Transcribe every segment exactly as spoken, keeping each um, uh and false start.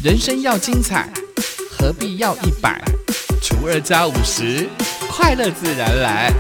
人生要精彩，何必要一百除二加五十，快乐自然来。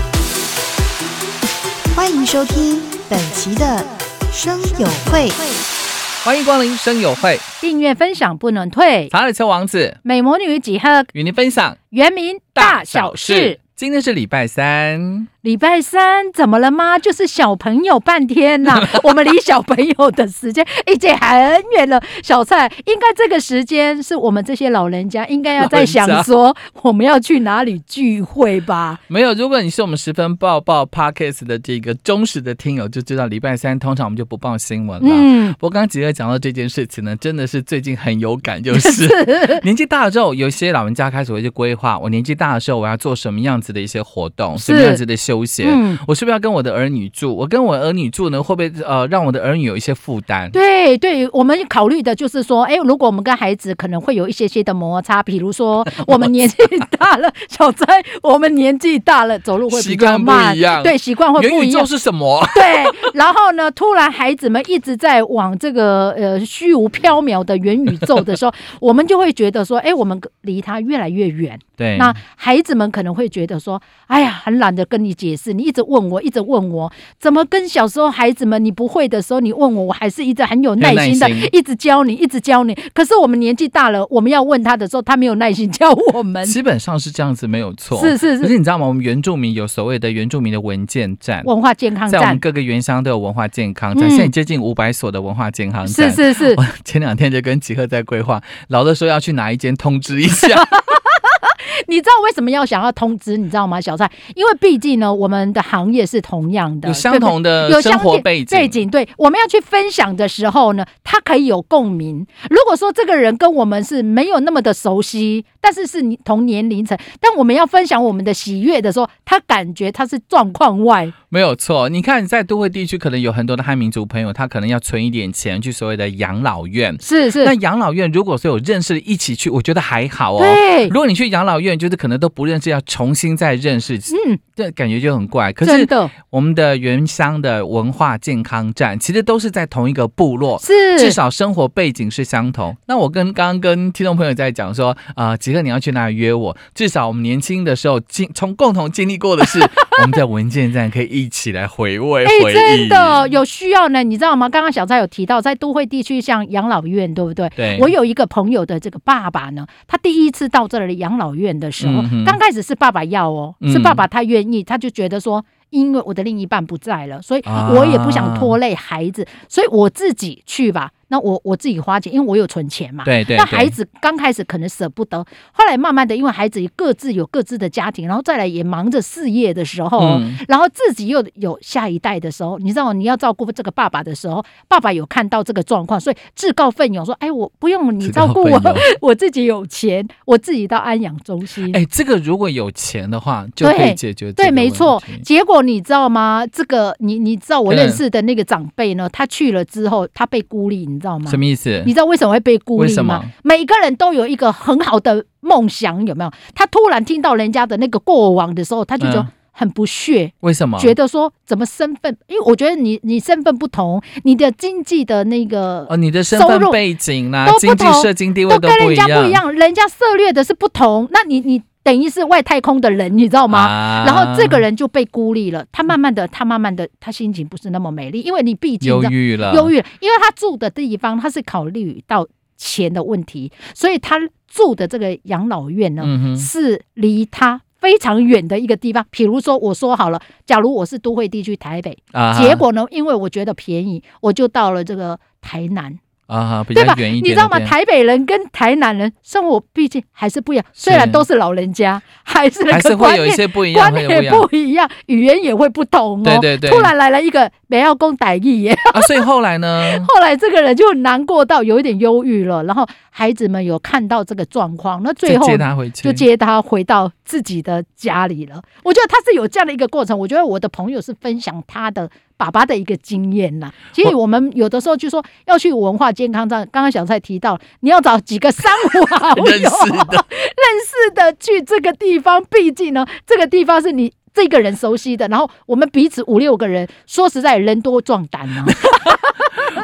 欢迎收听本期的声友会， 欢迎光临声友会， 订阅分享不能退。 查理车王子美魔女几何与您分享原名大小事。 今天是礼拜三， 礼拜三怎么了吗？就是小朋友半天啦、啊、我们离小朋友的时间已经很远了。小蔡，应该这个时间是我们这些老人家应该要在想说我们要去哪里聚会吧？ 没有，如果你是我们十分报报 Podcast 的这个忠实的听友，就知道礼拜三通常我们就不报新闻了。嗯，不过刚刚吉儿讲到这件事情呢，真的是最近很有感，就是是年纪大了之后，有些老人家开始会去规划，我年纪大的时候我要做什么样子的一些活动，什么样子的休闲、嗯、我是不是要跟我的儿女住？我跟我儿女住呢，会不会呃让我的儿女有一些负担？ 对对，我们考虑的就是说，哎，如果我们跟孩子可能会有一些些的摩擦，比如说我们年纪大了，小蔡，我们年纪大了，走路会比较慢， 习惯不一样， 对，习惯会不一样。 元宇宙是什么？ 对，然后呢，突然孩子们一直在往这个呃虚无缥缈的元宇宙的时候，我们就会觉得说，哎，我们离他越来越远。 对， 那孩子们可能会觉得说，哎呀，很懒得跟你解释，你一直问我，一直问我，怎么跟小时候孩子们你不会的时候你问我，我还是一直很有耐心的一直教你，一直教你。可是我们年纪大了，我们要问他的时候，他没有耐心教我们。 基本上是这样子，没有错。 是是是。 可是你知道吗？我们原住民有所谓的原住民的文健站、 文化健康站， 在我们各个原乡都有文化健康站，嗯、现在接近五百所的文化健康站。 是是是。 我前两天就跟吉赫在规划，老的时候要去哪一间通知一下。 你知道为什么要想要通知？你知道吗，小蔡？因为毕竟呢，我们的行业是同样的， 有相同的生活背景。 背景对，我们要去分享的时候呢，他可以有共鸣。如果说这个人跟我们是没有那么的熟悉，但是是同年龄层，但我们要分享我们的喜悦的时候，他感觉他是状况外。 没有错，你看在都会地区，可能有很多的汉民族朋友，他可能要存一点钱去所谓的养老院。 是是。 那养老院如果说有认识一起去，我觉得还好哦。 对。 如果你去养老院，就是可能都不认识，要重新再认识，嗯，这感觉就很怪。可是我们的原乡的文化健康站，其实都是在同一个部落， 是至少生活背景是相同。那我跟刚刚跟听众朋友在讲说，啊、呃，吉克你要去哪里约我？至少我们年轻的时候经从共同经历过的事，我们在文健站可以一起来回味回忆。 真的有需要呢，你知道吗？刚刚小蔡有提到，在都会地区像养老院，对不对？ 对。 我有一个朋友的这个爸爸呢，他第一次到这里养老院的时候， 嗯、 刚开始是爸爸要哦，是爸爸他愿意，他就觉得说，因为我的另一半不在了，所以我也不想拖累孩子，啊、所以我自己去吧。那我我自己花钱，因为我有存钱嘛。 对对对。 那孩子刚开始可能舍不得，后来慢慢的，因为孩子各自有各自的家庭，然后再来也忙着事业的时候，嗯、然后自己又有下一代的时候，你知道你要照顾这个爸爸的时候，爸爸有看到这个状况，所以自告奋勇说：“哎，我不用你照顾我，我自己有钱，我自己到安养中心。” 哎，这个如果有钱的话，就可以解决这个问题。 对，没错。结果你知道吗？这个你你知道我认识的那个长辈呢，他去了之后，他被孤立，你知道吗？ 什么意思？ 你知道为什么会被孤立吗？ 为什么？ 每个人都有一个很好的梦想，有没有？他突然听到人家的那个过往的时候，他就觉得很不屑。 嗯、为什么？ 觉得说怎么身份？因为我觉得你你身份不同，你的经济的那个哦，你的身份背景啦、啊，经济社经地位都跟人家不一样，人家涉猎的是不同。那你你。等于是外太空的人，你知道吗？啊、然后这个人就被孤立了，他慢慢的，他慢慢的，他心情不是那么美丽，因为你毕竟忧郁了， 忧郁了，因为他住的地方，他是考虑到钱的问题，所以他住的这个养老院呢，嗯、是离他非常远的一个地方。比如说，我说好了，假如我是都会地区台北，啊、结果呢，因为我觉得便宜，我就到了这个台南。 啊，比较远一点， 你知道吗？台北人跟台南人生活毕竟还是不一样，虽然都是老人家，还是还是会有一些不一样， 观念不一样，语言也会不同哦。 对对对， 突然来了一个不要讲台语耶， 啊，所以后来呢？ 后来这个人就难过到有一点忧郁了，然后孩子们有看到这个状况，那最后就接他回去， 就接他回到自己的家里了。我觉得他是有这样的一个过程。我觉得我的朋友是分享他的爸爸的一个经验啦。其实我们有的时候就说要去文化健康站，刚刚小蔡提到，你要找几个三五好友认识的， 认识的去这个地方，毕竟呢，这个地方是你这个人熟悉的，然后我们彼此五六个人，说实在人多壮胆啊。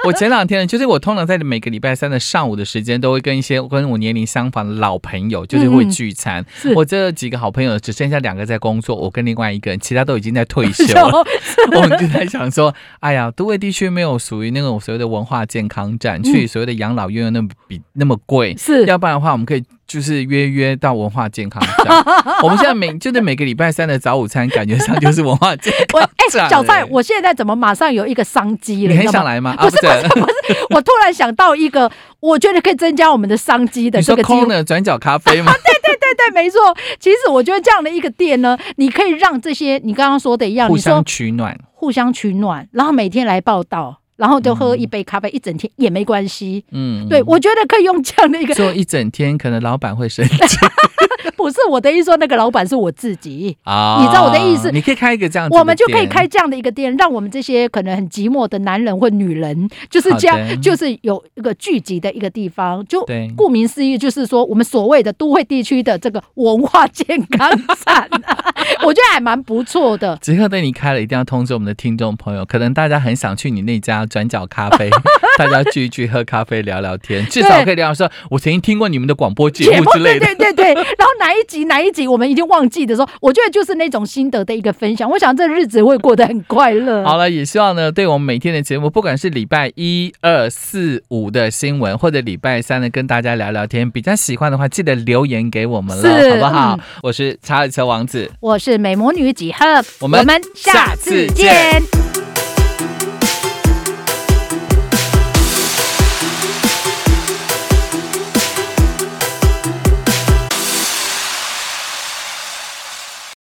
我前两天就是我通常在每个礼拜三的上午的时间，都会跟一些跟我年龄相仿的老朋友，就是会聚餐。嗯、我这几个好朋友只剩下两个在工作，我跟另外一个人，其他都已经在退休了。我们就在想说，哎呀，都会地区没有属于那种所谓的文化健康站，嗯、去所谓的养老院那么比那么贵，是，要不然的话，我们可以。就是约约到文化健康站，我们现在每就是每个礼拜三的早午餐，感觉上就是文化健康站。哎、 欸，小蔡，我现在怎么马上有一个商机了？ 你很想来吗？ 不是、啊、不是不是，我突然想到一个，我觉得可以增加我们的商机的这个机会。 你说 Corner 转角咖啡吗？ 对对对对，没错。其实我觉得这样的一个店呢，你可以让这些你刚刚说的一样， 互相取暖， 互相取暖，然后每天来报道。然后就喝一杯咖啡，嗯、一整天也没关系。嗯，对，我觉得可以用这样的一个做一整天，可能老板会生气。 不是我的意思，说那个老板是我自己啊，你知道我的意思？ 你可以开一个这样子的店， 我们就可以开这样的一个店，让我们这些可能很寂寞的男人或女人，就是这样，就是有一个聚集的一个地方。就顾名思义，就是说我们所谓的都会地区的这个文化健康站、啊，我觉得还蛮不错的。 只要等你开了，一定要通知我们的听众朋友，可能大家很想去你那家转角咖啡，大家聚一聚，喝咖啡聊聊天，至少可以聊说，我曾经听过你们的广播节目之类的。 对对对对，然后哪一集哪一集我们已经忘记的时候，我觉得就是那种心得的一个分享。我想这日子会过得很快乐。 好了，也希望呢，对我们每天的节目，不管是礼拜一、二、四、五的新闻，或者礼拜三呢跟大家聊聊天，比较喜欢的话，记得留言给我们了，好不好？嗯、我是查理车王子， 我是美魔女几何， 我们我们下次见。